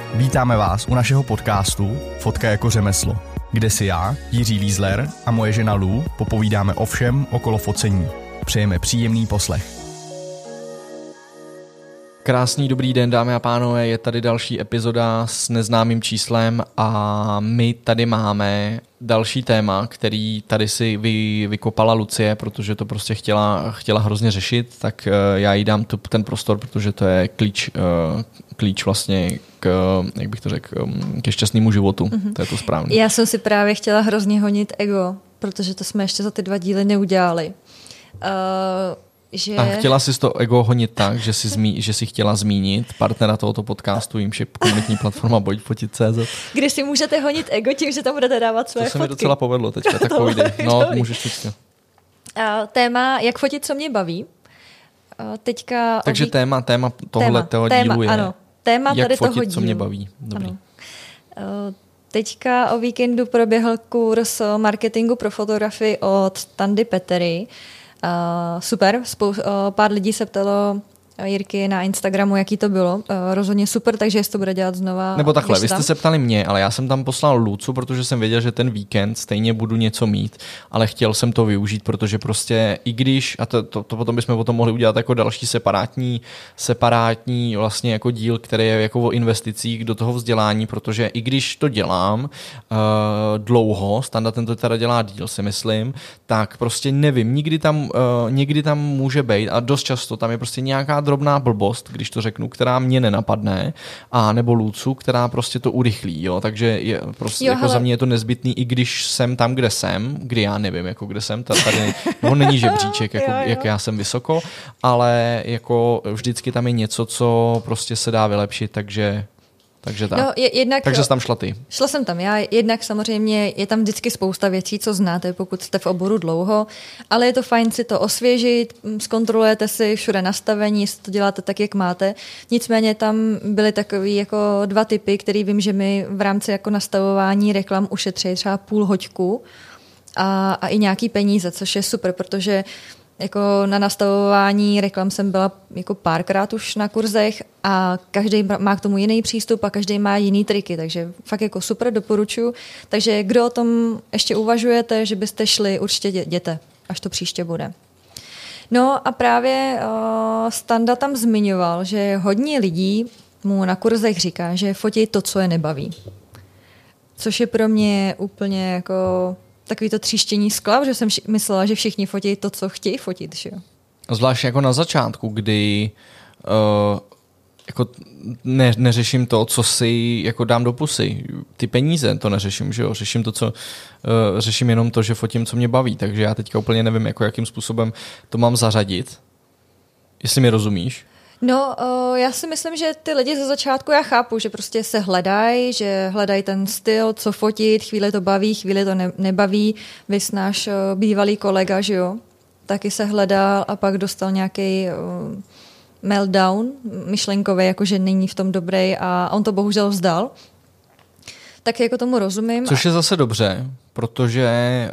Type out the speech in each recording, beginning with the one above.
Vítáme vás u našeho podcastu Fotka jako řemeslo, kde si já, Jiří Lízler a moje žena Lou popovídáme o všem okolo focení. Přejeme příjemný poslech. Krásný dobrý den, dámy a pánové, je tady další epizoda s neznámým číslem a my tady máme další téma, který tady si vykopala Lucie, protože to prostě chtěla hrozně řešit, tak já jí dám ten prostor, protože to je klíč vlastně jak bych to řekl, ke šťastnému životu. Mm-hmm. To je to správně. Já jsem si právě chtěla hrozně honit ego, protože to jsme ještě za ty 2 díly neudělali. A chtěla jsi to ego honit tak, že si chtěla zmínit partnera tohoto podcastu, jímž je komunitní platforma Bojfotit.cz. Kde si můžete honit ego tím, že tam budete dávat své fotky. To se mi docela povedlo teďka, tak povídej. No, můžeš teďka. Téma, jak fotit, co mě baví. Takže téma tohoto dílu je, ano, téma jak tady fotit, toho dílu. Co mě baví. Dobrý. Ano. Teďka o víkendu proběhl kurz marketingu pro fotografii od Tandy Petery. Super, pár lidí se ptalo Jirky na Instagramu, jaký to bylo. Rozhodně super, takže jestli to bude dělat znova. Nebo takhle, vy jste se ptali mě, ale já jsem tam poslal Lucu, protože jsem věděl, že ten víkend stejně budu něco mít, ale chtěl jsem to využít, protože prostě i když, a to potom bychom potom mohli udělat jako další separátní vlastně jako díl, který je jako o investicích do toho vzdělání, protože i když to dělám dlouho, Standa ten to teda dělá díl, si myslím, tak prostě nevím, někdy tam může být a dost často tam je prostě nějaká drobná blbost, když to řeknu, která mě nenapadne, a nebo Lucu, která prostě to urychlí, jo, takže je prostě jako za mě je to nezbytný, i když jsem tam, kde jsem, kdy já nevím, jako kde jsem, tady není žebříček, jako, jak já jsem vysoko, ale jako vždycky tam je něco, co prostě se dá vylepšit, takže tak. No, takže jsi tam šla ty. Šla jsem tam já, jednak samozřejmě je tam vždycky spousta věcí, co znáte, pokud jste v oboru dlouho, ale je to fajn si to osvěžit, zkontrolujete si všude nastavení, jestli to děláte tak, jak máte. Nicméně tam byly takový jako 2 typy, který vím, že mi v rámci jako nastavování reklam ušetří třeba půl hoďku a i nějaký peníze, což je super, protože jako na nastavování reklam jsem byla jako párkrát už na kurzech a každý má k tomu jiný přístup a každý má jiný triky, takže fakt jako super, doporučuji. Takže kdo o tom ještě uvažujete, že byste šli, určitě jděte, až to příště bude. No a právě Standa tam zmiňoval, že hodně lidí mu na kurzech říká, že fotí to, co je nebaví. Což je pro mě úplně jako takový to tříštění skla, že jsem myslela, že všichni fotí to, co chtějí fotit. Že jo? Zvlášť jako na začátku, kdy jako neřeším to, co si jako dám do pusy. Ty peníze to neřeším, že jo? Řeším jenom to, že fotím, co mě baví. Takže já teďka úplně nevím, jako jakým způsobem to mám zařadit. Jestli mi rozumíš? No, já si myslím, že ty lidi ze začátku, já chápu, že prostě se hledají, že hledají ten styl, co fotit, chvíli to baví, chvíli to nebaví. Vys náš bývalý kolega, že jo, taky se hledal a pak dostal nějaký meltdown myšlenkový, jakože není v tom dobrý a on to bohužel vzdal. Tak jako tomu rozumím. Což je zase dobře, protože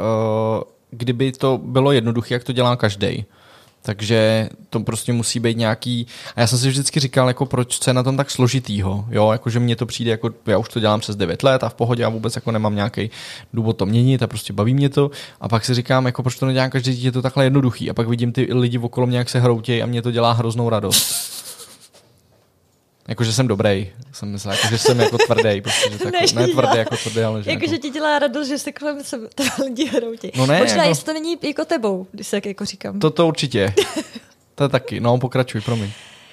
kdyby to bylo jednoduché, jak to dělá každej, takže to prostě musí být nějaký. A já jsem si vždycky říkal, jako proč co je na tom tak složitýho, jo, jakože mně to přijde, jako já už to dělám přes 9 let a v pohodě, já vůbec jako nemám nějaký důvod to měnit a prostě baví mě to. A pak si říkám, jako proč to nedělám každý, je to takhle jednoduchý. A pak vidím ty lidi okolo mě, jak se hroutějí a mě to dělá hroznou radost. Jakože jsem dobrý, jsem myslel, jakože jsem jako tvrdý, prostě, že tak, ne tvrdý jako tvrdý, ale že jakože ti dělá radost, že se kolem sebe lidi hroutí. No ne, možná, jako, jestli to není jako tebou, když se jako říkám. To určitě. To je taky, no pokračuj, promiň.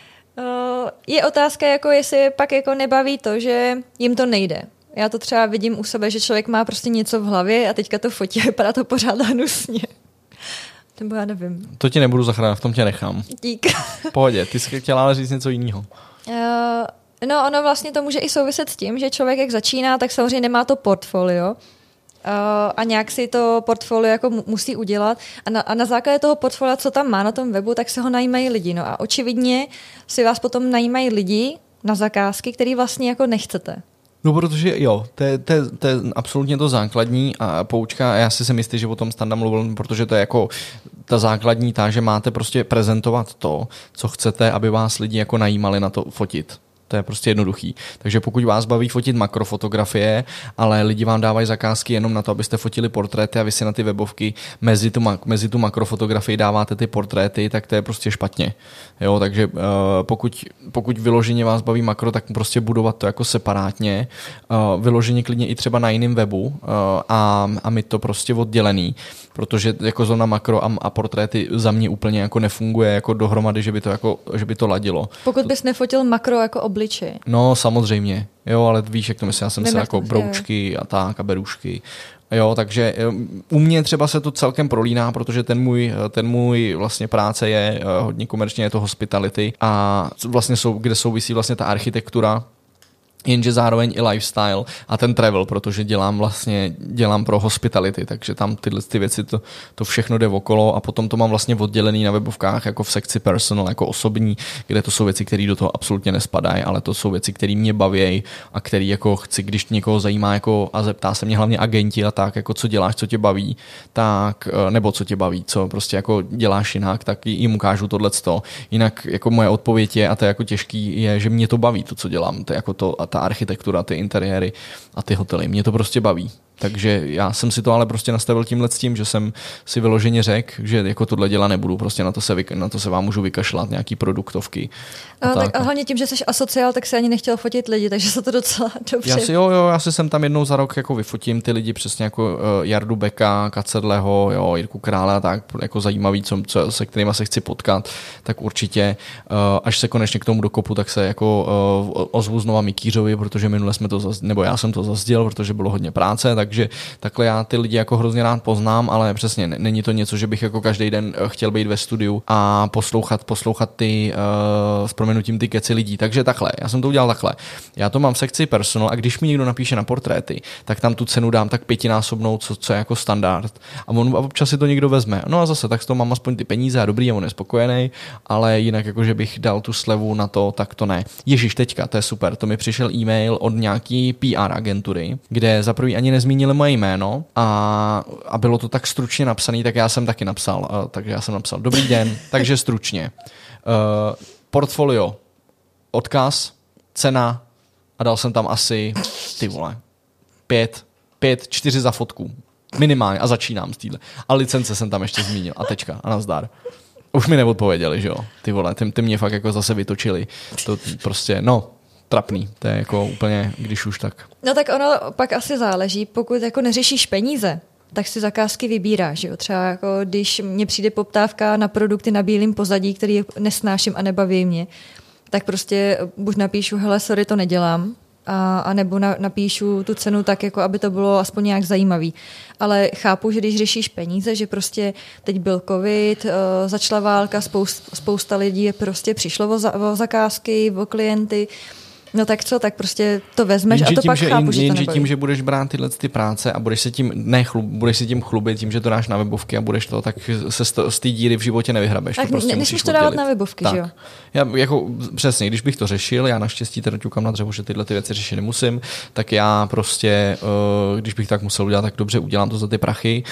Je otázka, jako jestli pak jako nebaví to, že jim to nejde. Já to třeba vidím u sebe, že člověk má prostě něco v hlavě a teďka to fotí a vypadá to pořád hnusně. Nebo já nevím. To ti nebudu zachránit, v tom tě nechám. Dík. Pohodě, ty jsi chtěla ale říct něco jiného. No ono vlastně to může i souviset s tím, že člověk jak začíná, tak samozřejmě nemá to portfolio a nějak si to portfolio jako musí udělat a na základě toho portfolia, co tam má na tom webu, tak se ho najímají lidi. No a očividně si vás potom najímají lidi na zakázky, který vlastně jako nechcete. No protože jo, to je absolutně to základní a poučka, a já si myslím, že o tom Standa mluvil, protože to je jako ta základní že máte prostě prezentovat to, co chcete, aby vás lidi jako najímali na to fotit. To je prostě jednoduchý. Takže pokud vás baví fotit makrofotografie, ale lidi vám dávají zakázky jenom na to, abyste fotili portréty a vy si na ty webovky mezi tu makrofotografii dáváte ty portréty, tak to je prostě špatně. Jo, takže pokud vyloženě vás baví makro, tak prostě budovat to jako separátně, vyloženě klidně i třeba na jiném webu a mít to prostě oddělený, protože jako zóna makro a portréty za mě úplně jako nefunguje jako dohromady, že by to ladilo. Pokud bys nefotil makro jako obličej. No samozřejmě, jo, ale víš, jak to myslím, já jsem se jako broučky a tak a berušky. Jo, takže u mě třeba se to celkem prolíná, protože ten můj vlastně práce je hodně komerčně, je to hospitality a vlastně kde souvisí vlastně ta architektura, jenže zároveň i lifestyle a ten travel, protože dělám pro hospitality, takže tam tyhle ty věci, to všechno jde okolo a potom to mám vlastně oddělený na webovkách jako v sekci personal, jako osobní, kde to jsou věci, které do toho absolutně nespadají, ale to jsou věci, které mě baví a které jako chci, když někoho zajímá jako a zeptá se mě hlavně agenti a tak, jako co děláš, co tě baví, tak, nebo co tě baví, co prostě jako děláš jinak, tak jim ukážu tohleto. Jinak jako moje odpověď je, a to je jako těžký, je, že mě to baví, to, co dělám, to je jako to ta architektura, ty interiéry a ty hotely. Mě to prostě baví. Takže já jsem si to ale prostě nastavil tím, že jsem si vyloženě řekl, že jako tohle dělat nebudu, prostě na to se vám můžu vykašlat, nějaký produktovky. A hlavně tím, že jsi asociál, tak se ani nechtěl fotit lidi, takže se to docela dobře. Já si sem tam jednou za rok jako vyfotím ty lidi, přesně jako Jardu Beka, Kacedleho, jo, Jirku Krále a tak, jako zajímavý, se kterýma se chci potkat, tak určitě, až se konečně k tomu dokopu, tak se jako ozvu znova Mikýřovi, protože minule já jsem to zazděl, protože bylo hodně práce, takže takhle já ty lidi jako hrozně rád poznám, ale přesně není to něco, že bych jako každý den chtěl být ve studiu a poslouchat ty s prominutím ty keci lidí. Takže takhle, já jsem to udělal takhle. Já to mám v sekci personal a když mi někdo napíše na portréty, tak tam tu cenu dám tak 5násobnou, co je jako standard. A občas si to někdo vezme. No a zase tak z toho mám aspoň ty peníze a dobrý, a on je spokojený, ale jinak jako, že bych dal tu slevu na to, tak to ne. Ježíš, teďka, to je super. To mi přišel e-mail od nějaký PR agentury, kde za prvý ani nezmínili moje jméno a bylo to tak stručně napsaný, tak já jsem taky napsal. Takže já jsem napsal dobrý den, takže stručně. Portfolio, odkaz, cena a dal jsem tam asi, ty vole, 4 za fotku. Minimálně a začínám s týhle. A licence jsem tam ještě zmínil a tečka a nazdar. Už mi neodpověděli, že jo, ty vole, ty mě fakt jako zase vytočili. To prostě, trapný, to je jako úplně, když už tak. No tak ono pak asi záleží, pokud jako neřešíš peníze, tak si zakázky vybíráš, jo. Třeba jako když mně přijde poptávka na produkty na bílém pozadí, který nesnáším a nebaví mě, tak prostě buď napíšu, hele, sorry, to nedělám, a nebo napíšu tu cenu tak, jako aby to bylo aspoň nějak zajímavý. Ale chápu, že když řešíš peníze, že prostě teď byl covid, začala válka, spousta lidí prostě přišlo o zakázky, o klienty. No tak co, tak prostě to vezmeš a to pak chápu, že to nebaví. Tím, že budeš brát tyhle ty práce a budeš se tím chlubit tím, že to dáš na webovky a budeš to, tak se z té díry v životě nevyhrabeš. Tak to prostě nesmíš to dávat na webovky, tak. Že jo? Já jako přesně, když bych to řešil, já naštěstí teda ťukám na dřevo, že tyhle ty věci řešit nemusím, tak já prostě, když bych tak musel udělat, tak dobře udělám to za ty prachy,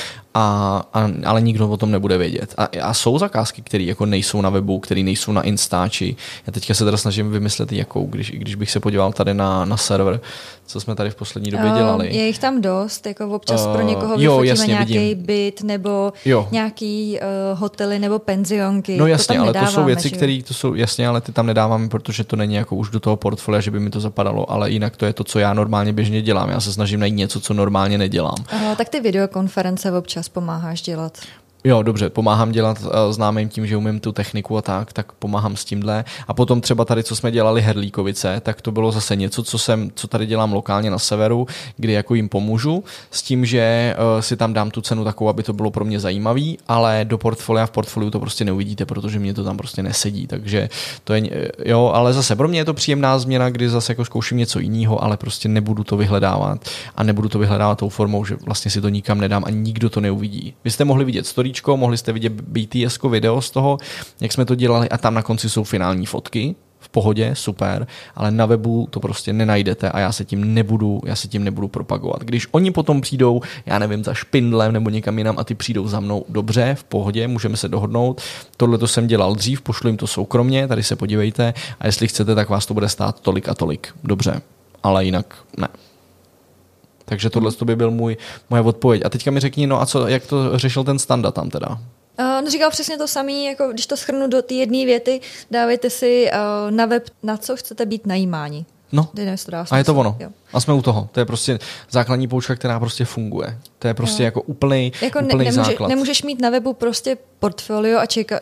ale nikdo o tom nebude vědět. A jsou zakázky, které jako nejsou na webu, které nejsou na Instači. Já teďka se teda snažím vymyslet, jakou, když bych se podíval tady na server, co jsme tady v poslední době dělali. Je jich tam dost, jako občas pro někoho vyfotíme nějaký byt nebo nějaký hotely nebo penzionky. No jasně, ale to jsou věci, které to jsou jasně, ale ty tam nedáváme, protože to není jako už do toho portfolia, že by mi to zapadalo, ale jinak to je to, co já normálně běžně dělám. Já se snažím najít něco, co normálně nedělám. Tak ty videokonference občas pomáháš dělat. Jo, dobře, pomáhám dělat známým tím, že umím tu techniku a tak pomáhám s tímhle. A potom třeba tady, co jsme dělali Herlíkovice, tak to bylo zase něco, co tady dělám lokálně na severu, kdy jako jim pomůžu s tím, že si tam dám tu cenu takovou, aby to bylo pro mě zajímavý, ale do portfolia v portfoliu to prostě neuvidíte, protože mě to tam prostě nesedí. Takže to je, jo, ale zase pro mě je to příjemná změna, kdy zase jako zkouším něco jiného, ale prostě nebudu to vyhledávat a nebudu to vyhledávat tou formou, že vlastně si to nikam nedám a nikdo to neuvidí. Vy jste mohli vidět mohli jste vidět BTS video z toho, jak jsme to dělali a tam na konci jsou finální fotky v pohodě, super, ale na webu to prostě nenajdete a já se tím nebudu propagovat. Když oni potom přijdou, já nevím, za Špindlem nebo někam jinam a ty přijdou za mnou, dobře, v pohodě, můžeme se dohodnout. Tohle to jsem dělal dřív, pošlu jim to soukromně, tady se podívejte a jestli chcete, tak vás to bude stát tolik a tolik. Dobře, ale jinak ne. Takže tohle by byl moje odpověď. A teďka mi řekni, no a jak to řešil ten Standa tam teda? No, říkal přesně to samé, jako když to shrnu do té jedné věty, dávejte si na web, na co chcete být najímáni. No, a je to ono. Jo. A jsme u toho. To je prostě základní poučka, která prostě funguje. To je prostě jako úplný základ. Nemůžeš mít na webu prostě portfolio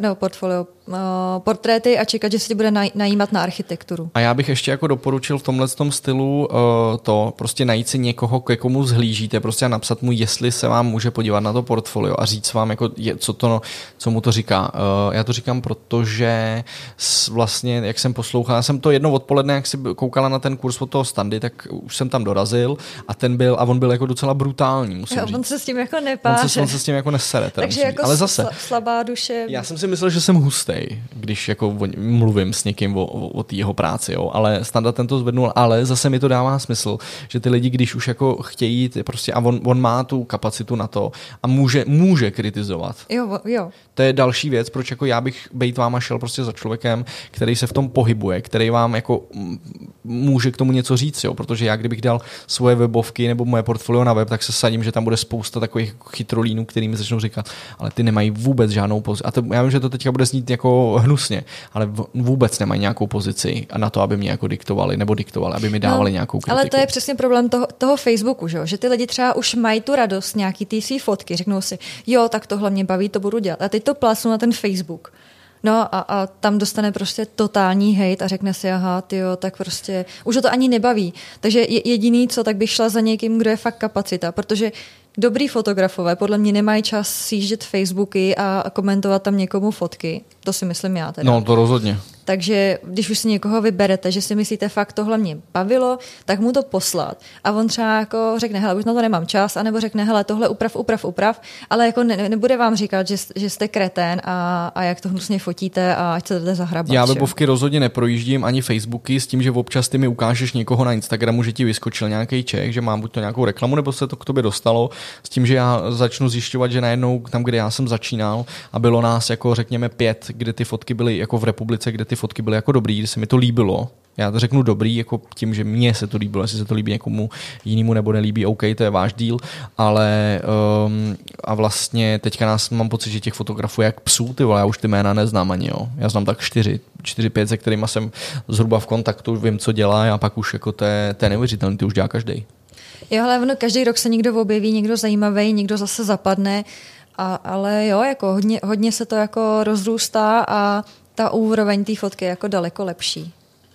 portréty a čekat, že se ti bude najímat na architekturu. A já bych ještě jako doporučil v tomhletom stylu to prostě najít si někoho, ke komu zhlížíte, prostě a napsat mu, jestli se vám může podívat na to portfolio a říct vám, jako co mu to říká. Já to říkám, protože vlastně, jak jsem poslouchal, já jsem to jedno odpoledne, jak si koukala na ten kurz od toho Standy, tak už jsem tam dorazil a on byl jako docela brutální, musím říct. On se s tím jako nepáře. On se s tím jako nesere. Takže jako ale zase, slabá duše. Já jsem si myslel, že jsem hustej, když jako mluvím s někým o té jeho práci, jo. Ale Standa ten to zvednul, ale zase mi to dává smysl, že ty lidi, když už jako chtějí prostě, a on má tu kapacitu na to a může kritizovat. Jo. To je další věc, proč jako já bych bejt váma šel prostě za člověkem, který se v tom pohybuje, který vám jako může k tomu něco říct, jo. Protože já kdybych dal svoje webovky nebo moje portfolio na web, tak se sadím, že tam bude spousta takových chytrolínů, který mi začnou říkat, ale ty nemají vůbec žádnou pozici. A já vím, že to teďka bude znít jako hnusně, ale vůbec nemají nějakou pozici na to, aby mě jako diktovali, aby mi dávali nějakou kritiku. Ale to je přesně problém toho Facebooku, že ty lidi třeba už mají tu radost nějaký ty svý fotky, řeknou si, jo, tak tohle mě baví, to budu dělat. A teď to plásnu na ten Facebook. No a tam dostane prostě totální hejt a řekne si, aha, tyjo, tak prostě už ho to ani nebaví. Takže jediný co, tak bych šla za někým, kdo je fakt kapacita, protože dobrý fotografové podle mě nemají čas sjíždět Facebooky a komentovat tam někomu fotky. To si myslím já teda. No, to rozhodně. Takže když už si někoho vyberete, že si myslíte fakt tohle mě bavilo, tak mu to poslat. A on třeba jako řekne, hele, už na to nemám čas, anebo řekne, hele, tohle uprav, ale jako nebude vám říkat, že jste kretén a jak to hnusně fotíte a ať se jdete zahrabat. Já webovky rozhodně neprojíždím ani Facebooky s tím, že občas ty mi ukážeš někoho na Instagramu, že ti vyskočil nějaký Čech, že mám buď to nějakou reklamu, nebo se to k tobě dostalo, s tím, že já začnu zjišťovat, že najednou tam, kde já jsem začínal a bylo nás jako řekněme 5, kde ty fotky byly jako v republice, kde ty fotky byly jako dobrý, kde se mi to líbilo. Já to řeknu dobrý, jako tím, že mně se to líbilo, jestli se to líbí někomu jinému nebo nelíbí, OK, to je váš díl, ale a vlastně teďka mám pocit, že těch fotografů jak psů, ty vole, já už ty jména neznám ani, jo. Já znám tak 4-5, se kterýma jsem zhruba v kontaktu, vím, co dělá a pak už jako to je neuvěřitelný, ty už dělá každej. Jo, ale každý rok se někdo objeví, někdo zajímavý, někdo zase zapadne, ale jo, jako hodně se to jako rozrůstá a ta úroveň té fotky je jako daleko lepší.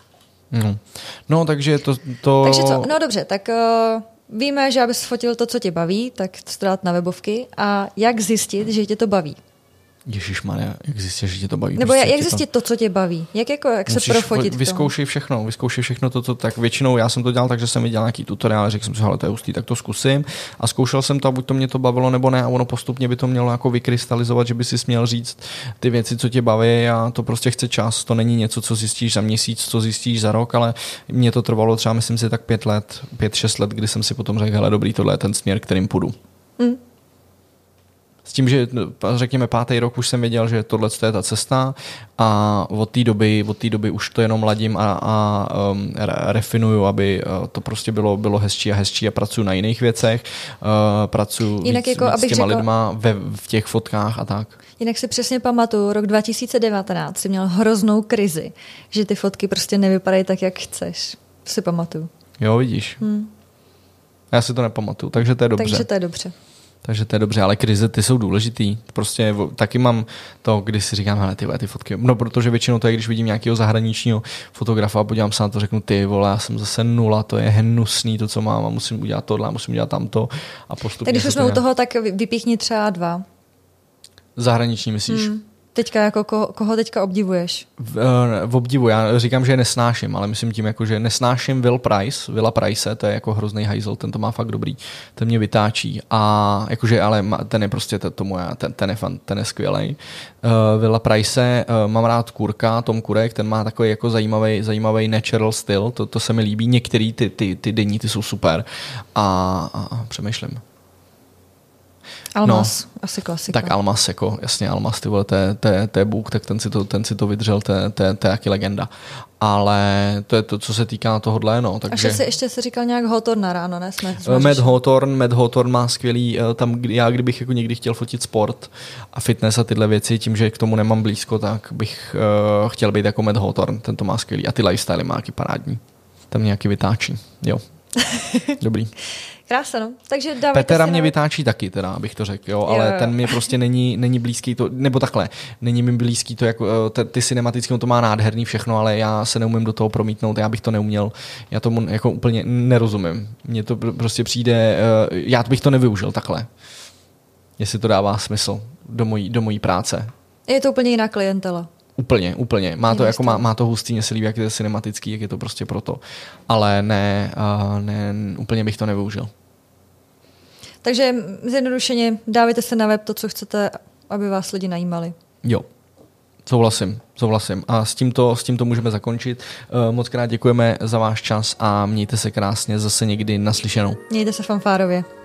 No takže to... Takže co? No dobře, tak víme, že abys fotil to, co tě baví, tak to dát na webovky a jak zjistit, že tě to baví? Ježišmarja, jak zjistit, že tě to baví? Nebo jak zjistit to, co tě baví? Jak se profotit? Vyzkoušej všechno to, tak většinou já jsem to dělal tak, že jsem viděl nějaký tutoriál, řekl jsem si, hele, to je hustý, tak to zkusím a zkoušel jsem to a buď to mě to bavilo nebo ne a ono postupně by to mělo jako vykrystalizovat, že by si směl říct ty věci, co tě baví a to prostě chce čas, to není něco, co zjistíš za měsíc, co zjistíš za rok, ale mě to trvalo třeba, myslím si, tak 5-6 let, kdy jsem si potom řekl, hele, dobrý, tohle je ten směr, kterým půjdu. S tím, že řekněme 5. rok už jsem věděl, že tohle je ta cesta a od té doby už to jenom ladím a refinuju, aby to prostě bylo hezčí a hezčí a pracuji na jiných věcech, pracuji víc s těma lidma v těch fotkách a tak. Jinak si přesně pamatuju, rok 2019 si měl hroznou krizi, že ty fotky prostě nevypadají tak, jak chceš. To si pamatuju. Jo, vidíš. Já si to nepamatuju, takže to je dobře. Takže to je dobře, ale krize, ty jsou důležitý. Prostě taky mám to, když si říkám, hele, ty fotky. No, protože většinou to je, když vidím nějakého zahraničního fotografa a podívám se na to, řeknu, ty vole, já jsem zase 0, to je hnusný to, co mám a musím udělat tohle, musím udělat tamto a postupně. Tak když jsme u toho, tak vypíchni třeba 2. Zahraniční myslíš? Teďka jako koho teďka obdivuješ? V obdivu, já říkám, že je nesnáším, ale myslím tím, jako, že nesnáším Willa Price, to je jako hrozný hajzl, ten to má fakt dobrý, ten mě vytáčí a jakože, ale ten je prostě ten je skvělej. Willa Price, mám rád Kurka, Tom Kurek, ten má takový jako zajímavý natural styl, to se mi líbí, některý ty denní, ty jsou super a přemýšlím. Almas, asi klasika. Tak Almas, jako jasně Almas, ty vole, to je Bůh, tak ten si to vydržel, to je taky legenda. Ale to je to, co se týká tohohle, no. Takže... A ještě se říkal nějak Hawthorna ráno, ne? Matt Hawthorn má skvělý, já kdybych jako někdy chtěl fotit sport a fitness a tyhle věci, tím, že k tomu nemám blízko, tak bych chtěl být jako Matt Hawthorn, ten to má skvělý. A ty lifestyle má taky parádní. Tam nějaký vytáčí, jo. Dobrý. Krása, no. Takže dávajte Petera mě vytáčí taky, teda, abych to řekl, jo, ale ten mi prostě není blízký to, nebo takhle, není mi blízký to, jako ty cinematický, on to má nádherný všechno, ale já se neumím do toho promítnout, já bych to neuměl, já tomu jako úplně nerozumím. Mně to prostě přijde, já bych to nevyužil takhle, jestli to dává smysl do mojí práce. Je to úplně jiná klientela. Úplně. Má to hustý, mě se líbí, jak je to cinematický, jak je to prostě proto. Ale ne, úplně bych to nevyužil. Takže zjednodušeně dávajte se na web to, co chcete, aby vás lidi najímali. Jo, souhlasím. A s tímto můžeme zakončit. Moc krát děkujeme za váš čas a mějte se krásně zase někdy naslyšenou. Mějte se fanfárově.